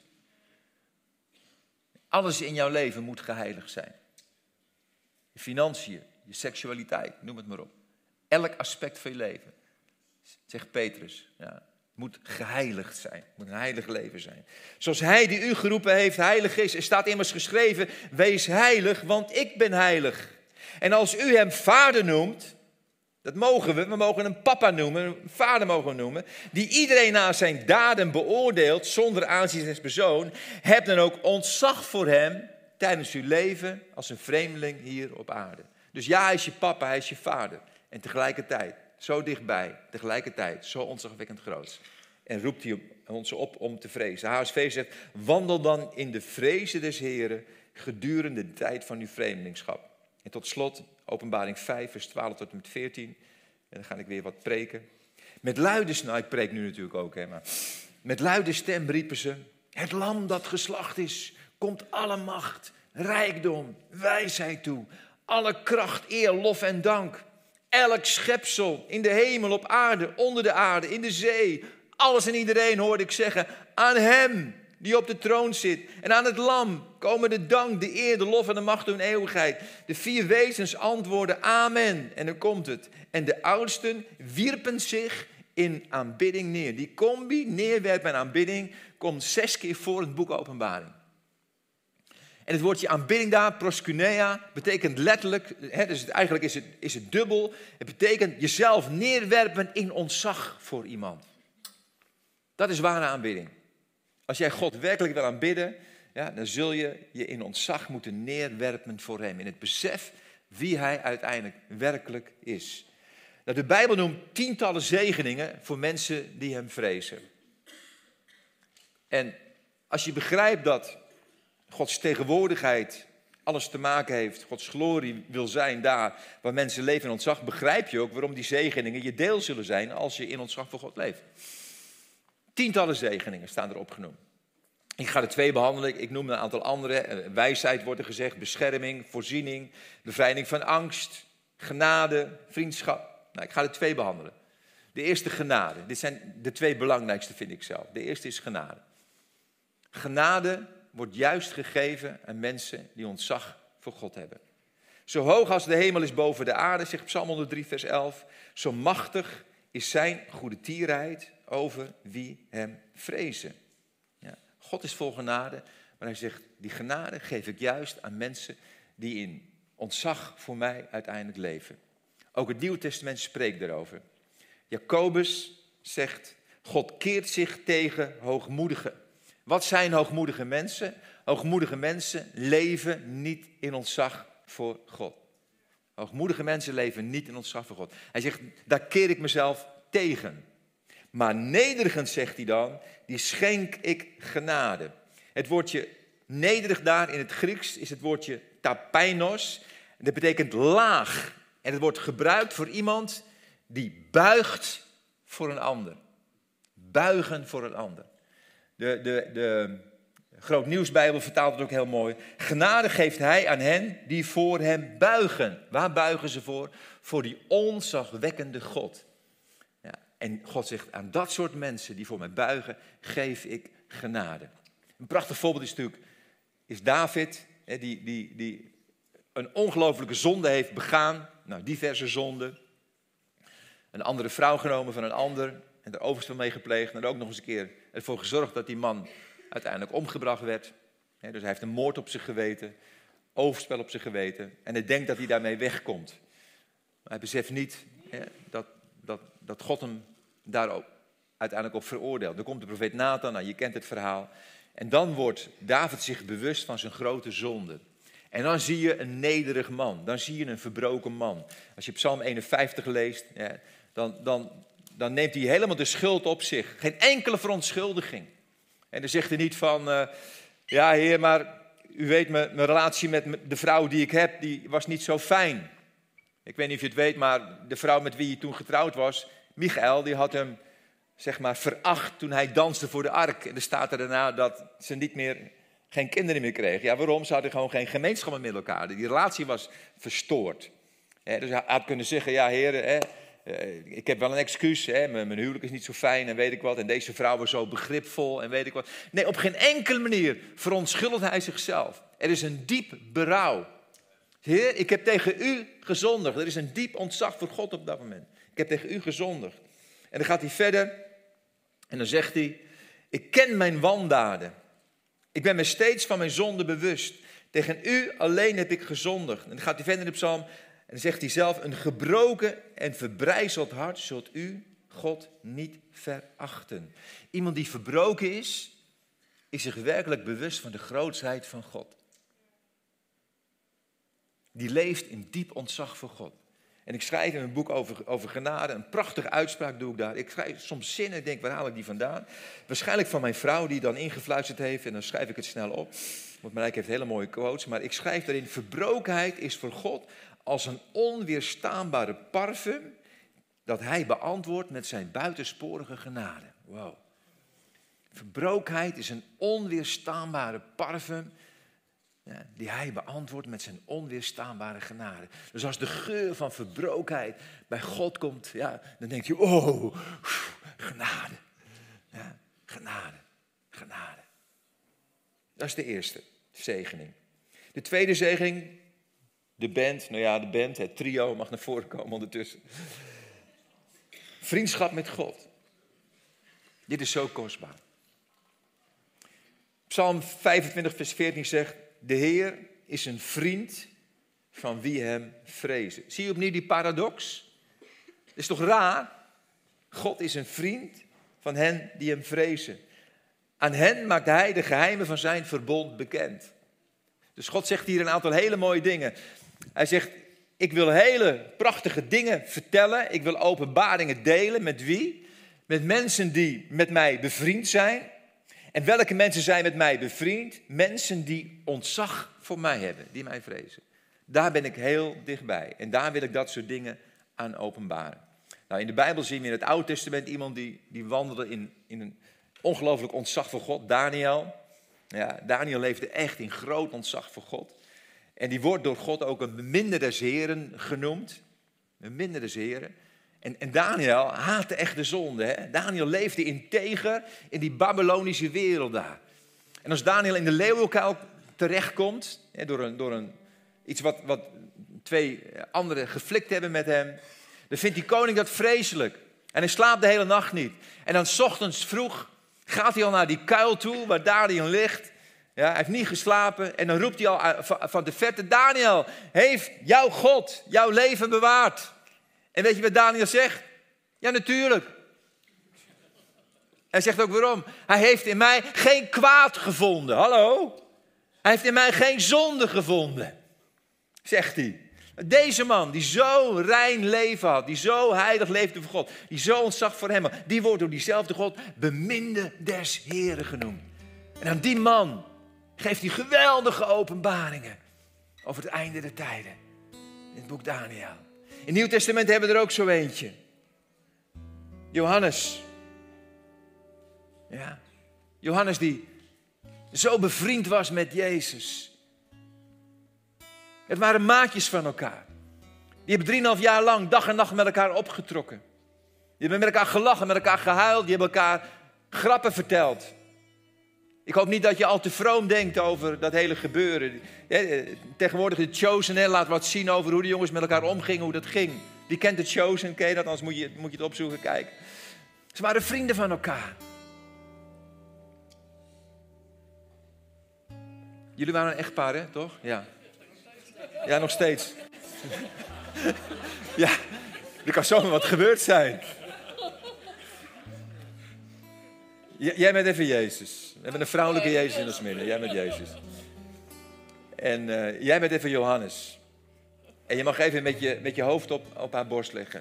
Alles in jouw leven moet geheiligd zijn. Je financiën, je seksualiteit, noem het maar op. Elk aspect van je leven, zegt Petrus, ja, moet geheiligd zijn. Moet een heilig leven zijn. Zoals hij die u geroepen heeft heilig is. Er staat immers geschreven, wees heilig, want ik ben heilig. En als u hem vader noemt, dat mogen we, we mogen hem papa noemen, een vader mogen we noemen, die iedereen naar zijn daden beoordeelt, zonder aanzien zijn persoon, heb dan ook ontzag voor hem tijdens uw leven als een vreemdeling hier op aarde. Dus ja, hij is je papa, hij is je vader. En tegelijkertijd, zo dichtbij, tegelijkertijd, zo ontzagwekkend groot. En roept hij ons op om te vrezen. H S V zegt, wandel dan in de vrezen des Heren gedurende de tijd van uw vreemdelingschap. En tot slot, Openbaring vijf, vers twaalf tot en met veertien. En dan ga ik weer wat preken. Met luide stem, nou ik preek nu natuurlijk ook, hè, maar met luide stem riepen ze, het lam dat geslacht is, komt alle macht, rijkdom, wijsheid toe. Alle kracht, eer, lof en dank. Elk schepsel in de hemel, op aarde, onder de aarde, in de zee. Alles en iedereen hoorde ik zeggen. Aan hem die op de troon zit. En aan het lam komen de dank, de eer, de lof en de macht in eeuwigheid. De vier wezens antwoorden amen. En dan komt het. En de oudsten wierpen zich in aanbidding neer. Die combi, neerwerpen en aanbidding, komt zes keer voor in het boek Openbaring. En het woordje aanbidding daar, proskunea, betekent letterlijk, hè, dus eigenlijk is het, is het dubbel. Het betekent jezelf neerwerpen in ontzag voor iemand. Dat is ware aanbidding. Als jij God werkelijk wil aanbidden, ja, dan zul je je in ontzag moeten neerwerpen voor hem. In het besef wie hij uiteindelijk werkelijk is. Nou, de Bijbel noemt tientallen zegeningen voor mensen die hem vrezen. En als je begrijpt dat Gods tegenwoordigheid alles te maken heeft, Gods glorie wil zijn daar waar mensen leven in ontzag, begrijp je ook waarom die zegeningen je deel zullen zijn als je in ontzag voor God leeft. Tientallen zegeningen staan erop genoemd. Ik ga er twee behandelen, ik noem een aantal andere. Wijsheid wordt er gezegd, bescherming, voorziening, bevrijding van angst, genade, vriendschap. Nou, ik ga er twee behandelen. De eerste genade, dit zijn de twee belangrijkste vind ik zelf. De eerste is genade. Genade wordt juist gegeven aan mensen die ontzag voor God hebben. Zo hoog als de hemel is boven de aarde, zegt Psalm honderddrie vers elf, zo machtig is zijn goede tierheid over wie hem vrezen. Ja, God is vol genade, maar hij zegt, die genade geef ik juist aan mensen die in ontzag voor mij uiteindelijk leven. Ook het Nieuwe Testament spreekt daarover. Jacobus zegt, God keert zich tegen hoogmoedigen. Wat zijn hoogmoedige mensen? Hoogmoedige mensen leven niet in ontzag voor God. Hoogmoedige mensen leven niet in ontzag voor God. Hij zegt, daar keer ik mezelf tegen. Maar nederigend, zegt hij dan, die schenk ik genade. Het woordje nederig daar in het Grieks is het woordje tapeinos. Dat betekent laag. En het wordt gebruikt voor iemand die buigt voor een ander. Buigen voor een ander. De, de, de Groot Nieuwsbijbel vertaalt het ook heel mooi. Genade geeft hij aan hen die voor hem buigen. Waar buigen ze voor? Voor die ontzagwekkende God. Ja, en God zegt, aan dat soort mensen die voor mij buigen, geef ik genade. Een prachtig voorbeeld is natuurlijk is David, die, die, die een ongelofelijke zonde heeft begaan. Nou, diverse zonden. Een andere vrouw genomen van een ander en er overspel mee gepleegd. En er ook nog eens een keer ervoor gezorgd dat die man uiteindelijk omgebracht werd. Dus hij heeft een moord op zich geweten, overspel op zich geweten. En hij denkt dat hij daarmee wegkomt. Maar hij beseft niet hè, dat, dat, dat God hem daar ook uiteindelijk op veroordeelt. Dan komt de profeet Nathan, nou, je kent het verhaal. En dan wordt David zich bewust van zijn grote zonde. En dan zie je een nederig man, dan zie je een verbroken man. Als je Psalm eenenvijftig leest, ja, dan, dan, dan neemt hij helemaal de schuld op zich. Geen enkele verontschuldiging. En dan zegt hij niet van, uh, ja heer, maar u weet, mijn, mijn relatie met de vrouw die ik heb, die was niet zo fijn. Ik weet niet of je het weet, maar de vrouw met wie hij toen getrouwd was, Michael, die had hem, zeg maar, veracht toen hij danste voor de ark. En er staat er daarna dat ze niet meer, geen kinderen meer kregen. Ja, waarom? Ze hadden gewoon geen gemeenschap meer met elkaar. Die relatie was verstoord. He, dus hij had kunnen zeggen, ja heren, hè, ik heb wel een excuus, hè, mijn, mijn huwelijk is niet zo fijn en weet ik wat. En deze vrouw was zo begripvol en weet ik wat. Nee, op geen enkele manier verontschuldigt hij zichzelf. Er is een diep berouw. Heer, ik heb tegen u gezondigd. Er is een diep ontzag voor God op dat moment. Ik heb tegen u gezondigd. En dan gaat hij verder en dan zegt hij, ik ken mijn wandaden. Ik ben me steeds van mijn zonde bewust. Tegen u alleen heb ik gezondigd. En dan gaat hij verder in de psalm en dan zegt hij zelf, een gebroken en verbrijzeld hart zult u, God, niet verachten. Iemand die verbroken is, is zich werkelijk bewust van de grootsheid van God. Die leeft in diep ontzag voor God. En ik schrijf in mijn boek over, over genade, een prachtige uitspraak doe ik daar. Ik schrijf soms zinnen en denk, waar haal ik die vandaan? Waarschijnlijk van mijn vrouw die dan ingefluisterd heeft en dan schrijf ik het snel op. Want Marijke heeft hele mooie quotes, maar ik schrijf daarin, verbrokenheid is voor God als een onweerstaanbare parfum dat hij beantwoordt met zijn buitensporige genade. Wow. Verbrokenheid is een onweerstaanbare parfum ja, die hij beantwoordt met zijn onweerstaanbare genade. Dus als de geur van verbrokenheid bij God komt, ja, dan denk je, oh, genade. Ja, genade, genade. Dat is de eerste zegening. De tweede zegening, de band, nou ja, de band, het trio mag naar voren komen ondertussen. Vriendschap met God. Dit is zo kostbaar. Psalm vijfentwintig vers veertien zegt, de Heer is een vriend van wie hem vrezen. Zie je opnieuw die paradox? Dat is toch raar? God is een vriend van hen die hem vrezen. Aan hen maakt hij de geheimen van zijn verbond bekend. Dus God zegt hier een aantal hele mooie dingen. Hij zegt, ik wil hele prachtige dingen vertellen. Ik wil openbaringen delen. Met wie? Met mensen die met mij bevriend zijn. En welke mensen zijn met mij bevriend? Mensen die ontzag voor mij hebben, die mij vrezen. Daar ben ik heel dichtbij. En daar wil ik dat soort dingen aan openbaren. Nou, in de Bijbel zien we in het Oude Testament iemand die, die wandelde in, in een ongelooflijk ontzag voor God. Daniel. Ja, Daniel leefde echt in groot ontzag voor God. En die wordt door God ook een beminde des Heren genoemd. Een beminde des Heren. En, en Daniel haatte echt de zonde. Hè? Daniel leefde integer in die Babylonische wereld daar. En als Daniel in de leeuwenkuil terechtkomt, hè, door, een, door een, iets wat, wat twee anderen geflikt hebben met hem, dan vindt die koning dat vreselijk. En hij slaapt de hele nacht niet. En dan 's ochtends vroeg gaat hij al naar die kuil toe waar Daniel ligt. Ja, hij heeft niet geslapen en dan roept hij al van de verte, Daniel, heeft jouw God jouw leven bewaard? En weet je wat Daniel zegt? Ja, natuurlijk. Hij zegt ook waarom. Hij heeft in mij geen kwaad gevonden. Hallo? Hij heeft in mij geen zonde gevonden. Zegt hij. Deze man die zo rein leven had, die zo heilig leefde voor God, die zo ontzag voor hem had, die wordt door diezelfde God beminde des Heren genoemd. En aan die man geeft hij geweldige openbaringen over het einde der tijden. In het boek Daniël. In het Nieuw Testament hebben we er ook zo eentje. Johannes. Ja. Johannes die zo bevriend was met Jezus. Het waren maatjes van elkaar. Die hebben drieënhalf jaar lang dag en nacht met elkaar opgetrokken. Die hebben met elkaar gelachen, met elkaar gehuild. Die hebben elkaar grappen verteld. Ik hoop niet dat je al te vroom denkt over dat hele gebeuren. Tegenwoordig de Chosen, laat wat zien over hoe de jongens met elkaar omgingen, hoe dat ging. Wie kent de Chosen? Ken je dat? Anders moet je, moet je het opzoeken, kijken. Ze waren vrienden van elkaar. Jullie waren een echtpaar, hè? Toch? Ja. Ja, nog steeds. Ja, er kan zomaar wat gebeurd zijn. J- jij bent even Jezus. We hebben een vrouwelijke Jezus in ons midden. Jij bent Jezus. En uh, jij bent even Johannes. En je mag even met je, met je hoofd op, op haar borst liggen.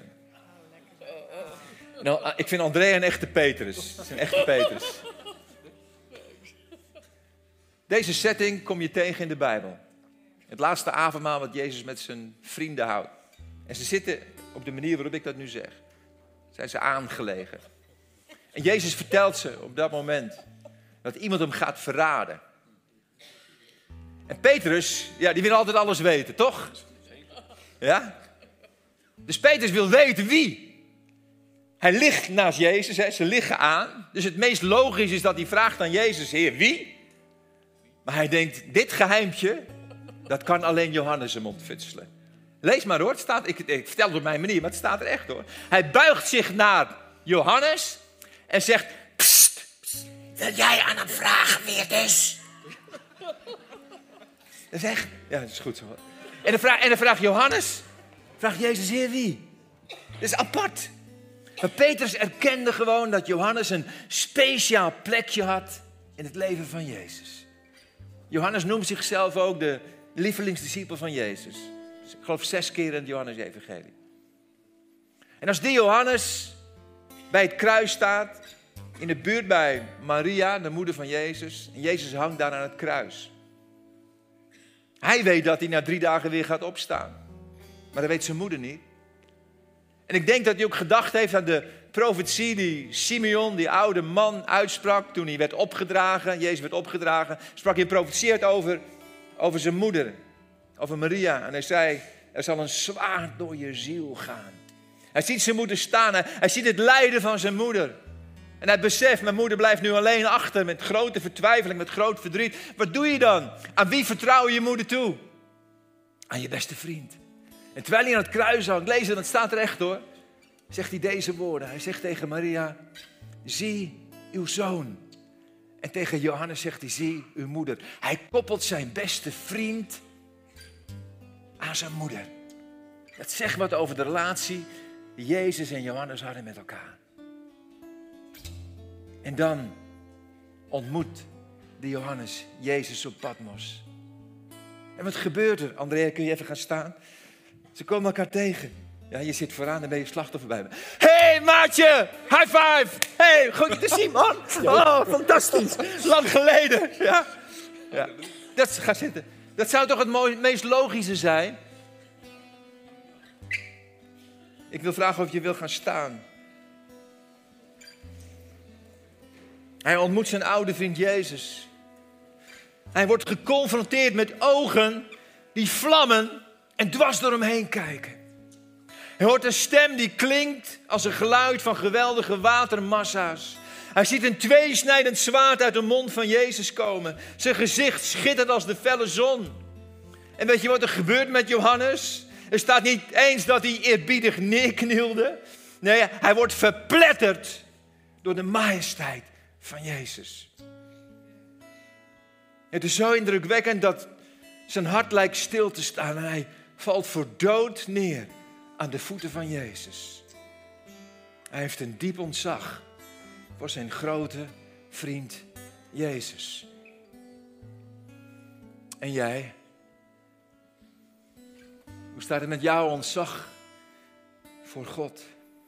Nou, ik vind Andrea een echte Petrus. Het is een echte Petrus. Deze setting kom je tegen in de Bijbel. Het laatste avondmaal wat Jezus met zijn vrienden houdt. En ze zitten op de manier waarop ik dat nu zeg. Zijn ze aangelegen. En Jezus vertelt ze op dat moment dat iemand hem gaat verraden. En Petrus, ja, die wil altijd alles weten, toch? Ja? Dus Petrus wil weten wie. Hij ligt naast Jezus, hè, ze liggen aan. Dus het meest logisch is dat hij vraagt aan Jezus, Heer, wie? Maar hij denkt, dit geheimpje, dat kan alleen Johannes hem ontfutselen. Lees maar hoor, het staat, ik, ik vertel het op mijn manier, maar het staat er echt hoor. Hij buigt zich naar Johannes en zegt, pst, pst, wil jij aan hem vragen wie het is? Dat is echt, ja, dat is goed zo. En dan vraagt, en dan vraagt Johannes, vraagt Jezus, Heer, wie? Dat is apart. Maar Petrus erkende gewoon dat Johannes een speciaal plekje had in het leven van Jezus. Johannes noemt zichzelf ook de lievelingsdiscipel van Jezus. Dus ik geloof zes keer in het Johannes-evangelie. En als die Johannes bij het kruis staat, in de buurt bij Maria, de moeder van Jezus, en Jezus hangt daar aan het kruis. Hij weet dat hij na drie dagen weer gaat opstaan. Maar dat weet zijn moeder niet. En ik denk dat hij ook gedacht heeft aan de profetie die Simeon, die oude man, uitsprak toen hij werd opgedragen. Jezus werd opgedragen. Sprak hij een profetie uit over, over zijn moeder, over Maria. En hij zei, er zal een zwaard door je ziel gaan. Hij ziet zijn moeder staan. Hij, hij ziet het lijden van zijn moeder. En hij beseft, mijn moeder blijft nu alleen achter met grote vertwijfeling, met groot verdriet. Wat doe je dan? Aan wie vertrouw je je moeder toe? Aan je beste vriend. En terwijl hij aan het kruis hangt, lees het, dat staat er echt hoor. Zegt hij deze woorden. Hij zegt tegen Maria, zie uw zoon. En tegen Johannes zegt hij, zie uw moeder. Hij koppelt zijn beste vriend aan zijn moeder. Dat zegt wat over de relatie die Jezus en Johannes hadden met elkaar. En dan ontmoet de Johannes Jezus op Patmos. En wat gebeurt er? Andrea, kun je even gaan staan? Ze komen elkaar tegen. Ja, je zit vooraan, dan ben je slachtoffer bij me. Hé, hey, maatje! High five! Hé, hey, goed je te zien, man! Oh, fantastisch! Lang geleden! Ja? Ja. Dat, ga zitten. Dat zou toch het mo- meest logische zijn? Ik wil vragen of je wil gaan staan. Hij ontmoet zijn oude vriend Jezus. Hij wordt geconfronteerd met ogen die vlammen en dwars door hem heen kijken. Hij hoort een stem die klinkt als een geluid van geweldige watermassa's. Hij ziet een tweesnijdend zwaard uit de mond van Jezus komen. Zijn gezicht schittert als de felle zon. En weet je wat er gebeurt met Johannes? Er staat niet eens dat hij eerbiedig neerknielde. Nee, hij wordt verpletterd door de majesteit van Jezus. Het is zo indrukwekkend dat zijn hart lijkt stil te staan. En hij valt voor dood neer aan de voeten van Jezus. Hij heeft een diep ontzag voor zijn grote vriend Jezus. En jij? Hoe staat het met jouw ontzag voor God?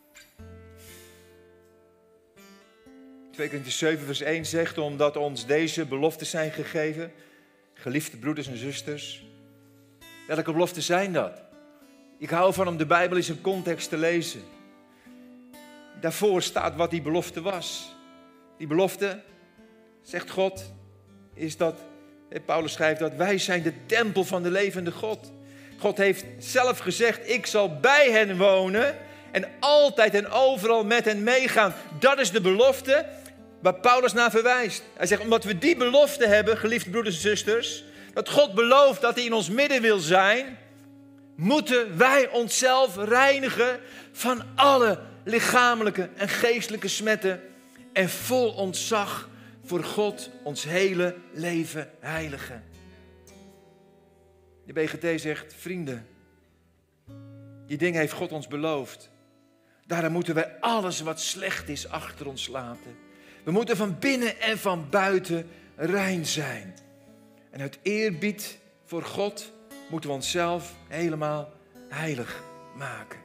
twee Korintiërs zeven vers één zegt, omdat ons deze beloften zijn gegeven, geliefde broeders en zusters. Welke beloften zijn dat? Ik hou van om de Bijbel in zijn context te lezen. Daarvoor staat wat die belofte was. Die belofte, zegt God, is dat, Paulus schrijft dat wij zijn de tempel van de levende God. God heeft zelf gezegd, ik zal bij hen wonen en altijd en overal met hen meegaan. Dat is de belofte waar Paulus naar verwijst. Hij zegt, omdat we die belofte hebben, geliefde broeders en zusters, dat God belooft dat hij in ons midden wil zijn, moeten wij onszelf reinigen van alle lichamelijke en geestelijke smetten en vol ontzag voor God ons hele leven heiligen. De B G T zegt, vrienden, die dingen heeft God ons beloofd. Daarom moeten wij alles wat slecht is achter ons laten. We moeten van binnen en van buiten rein zijn. En uit eerbied voor God moeten we onszelf helemaal heilig maken.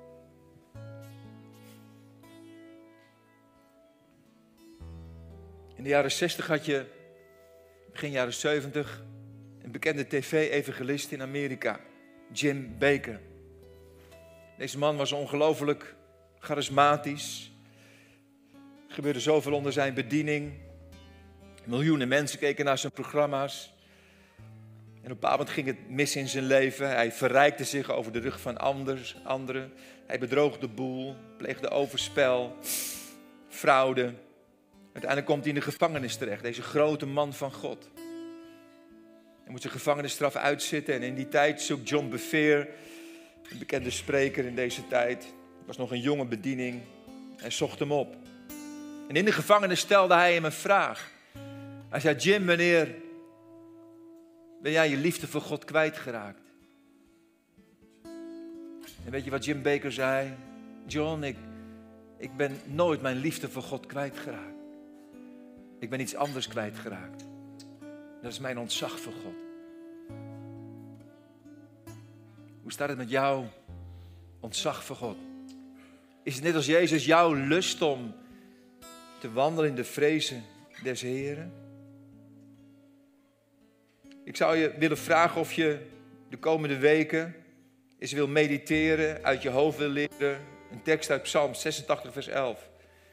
In de jaren zestig had je, begin jaren zeventig, een bekende tv-evangelist in Amerika, Jim Bakker. Deze man was ongelooflijk charismatisch. Er gebeurde zoveel onder zijn bediening. Miljoenen mensen keken naar zijn programma's. En op een bepaald moment ging het mis in zijn leven. Hij verrijkte zich over de rug van anders, anderen. Hij bedroog de boel, pleegde overspel, fraude. Uiteindelijk komt hij in de gevangenis terecht, deze grote man van God. Hij moet zijn gevangenisstraf uitzitten en in die tijd zoekt John Bevere, een bekende spreker in deze tijd, was nog een jonge bediening, hij zocht hem op. En in de gevangenis stelde hij hem een vraag. Hij zei, Jim, wanneer ben jij je liefde voor God kwijtgeraakt? En weet je wat Jim Bakker zei? John, ik, ik ben nooit mijn liefde voor God kwijtgeraakt. Ik ben iets anders kwijtgeraakt. Dat is mijn ontzag voor God. Hoe staat het met jouw ontzag voor God? Is het net als Jezus jouw lust om te wandelen in de vrezen des Heren? Ik zou je willen vragen of je de komende weken eens wil mediteren, uit je hoofd wil leren. Een tekst uit Psalm zesentachtig vers elf.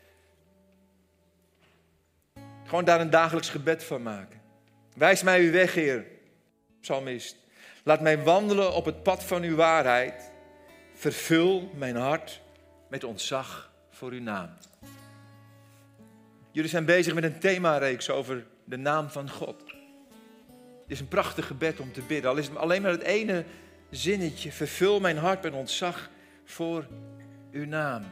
Gewoon daar een dagelijks gebed van maken. Wijs mij uw weg, Heer, psalmist. Laat mij wandelen op het pad van uw waarheid. Vervul mijn hart met ontzag voor uw naam. Jullie zijn bezig met een themareeks over de naam van God. Het is een prachtig gebed om te bidden. Al is het alleen maar het ene zinnetje. Vervul mijn hart met ontzag voor uw naam.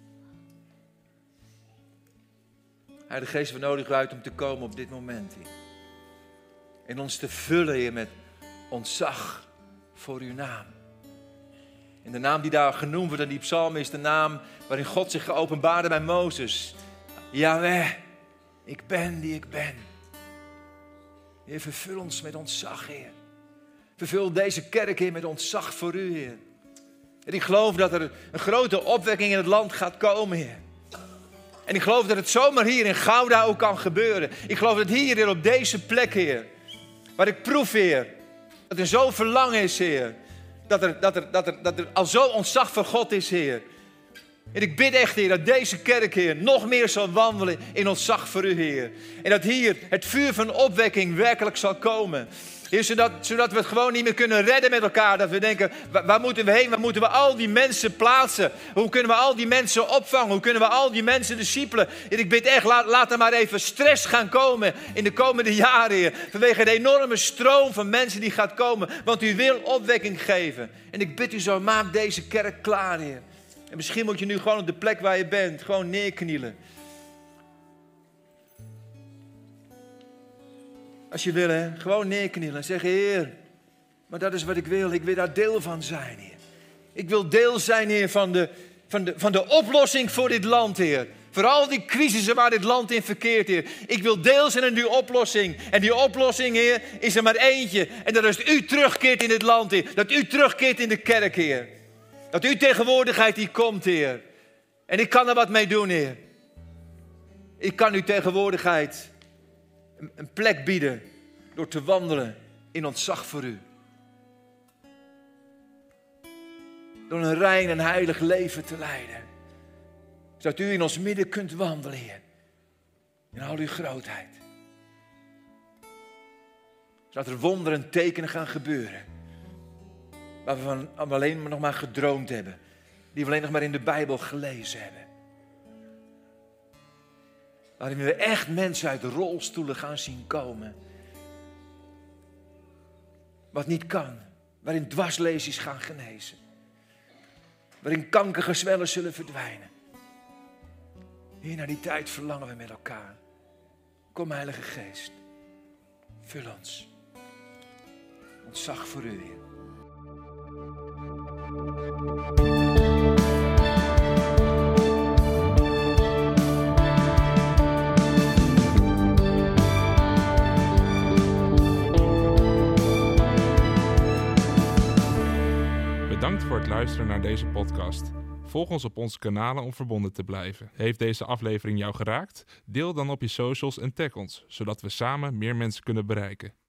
Heilige Geest, we nodigen u uit om te komen op dit moment, Heer. En ons te vullen, Heer, met ontzag voor uw naam. En de naam die daar genoemd wordt in die psalm is de naam waarin God zich geopenbaarde bij Mozes. Jahweh, ik ben die ik ben. Heer, vervul ons met ontzag, Heer. Vervul deze kerk, Heer, met ontzag voor u, Heer. En ik geloof dat er een grote opwekking in het land gaat komen, Heer. En ik geloof dat het zomaar hier in Gouda ook kan gebeuren. Ik geloof dat hier, Heer, op deze plek, Heer, waar ik proef, Heer, dat er zo verlangen is, Heer. Dat er, dat er, dat er, dat er al zo ontzag voor God is, Heer. En ik bid echt, Heer, dat deze kerk, Heer, nog meer zal wandelen in ontzag voor u, Heer. En dat hier het vuur van opwekking werkelijk zal komen. Heer, zodat, zodat we het gewoon niet meer kunnen redden met elkaar. Dat we denken, waar, waar moeten we heen? Waar moeten we al die mensen plaatsen? Hoe kunnen we al die mensen opvangen? Hoe kunnen we al die mensen discipelen? Heer, ik bid echt, laat, laat er maar even stress gaan komen in de komende jaren, Heer. Vanwege de enorme stroom van mensen die gaat komen. Want u wil opwekking geven. En ik bid u zo, maak deze kerk klaar, Heer. En misschien moet je nu gewoon op de plek waar je bent, gewoon neerknielen. Als je wil, hè, gewoon neerknielen en zeggen, Heer, maar dat is wat ik wil. Ik wil daar deel van zijn, Heer. Ik wil deel zijn, Heer, van de, van de, van de oplossing voor dit land, Heer. Voor al die crisissen waar dit land in verkeert, Heer. Ik wil deel zijn in die oplossing. En die oplossing, Heer, is er maar eentje. En dat is dat u terugkeert in dit land, Heer. Dat u terugkeert in de kerk, Heer. Dat uw tegenwoordigheid hier komt, Heer. En ik kan er wat mee doen, Heer. Ik kan uw tegenwoordigheid een plek bieden door te wandelen in ontzag voor u. Door een rein en heilig leven te leiden. Zodat u in ons midden kunt wandelen, Heer. In al uw grootheid. Zodat er wonderen en tekenen gaan gebeuren. Waar we van alleen maar nog maar gedroomd hebben. Die we alleen nog maar in de Bijbel gelezen hebben. Waarin we echt mensen uit rolstoelen gaan zien komen. Wat niet kan. Waarin dwarslesies gaan genezen. Waarin kankergezwellen zullen verdwijnen. Hier naar die tijd verlangen we met elkaar. Kom Heilige Geest. Vul ons. Ontzag voor u, Heer. Bedankt voor het luisteren naar deze podcast. Volg ons op onze kanalen om verbonden te blijven. Heeft deze aflevering jou geraakt? Deel dan op je socials en tag ons, zodat we samen meer mensen kunnen bereiken.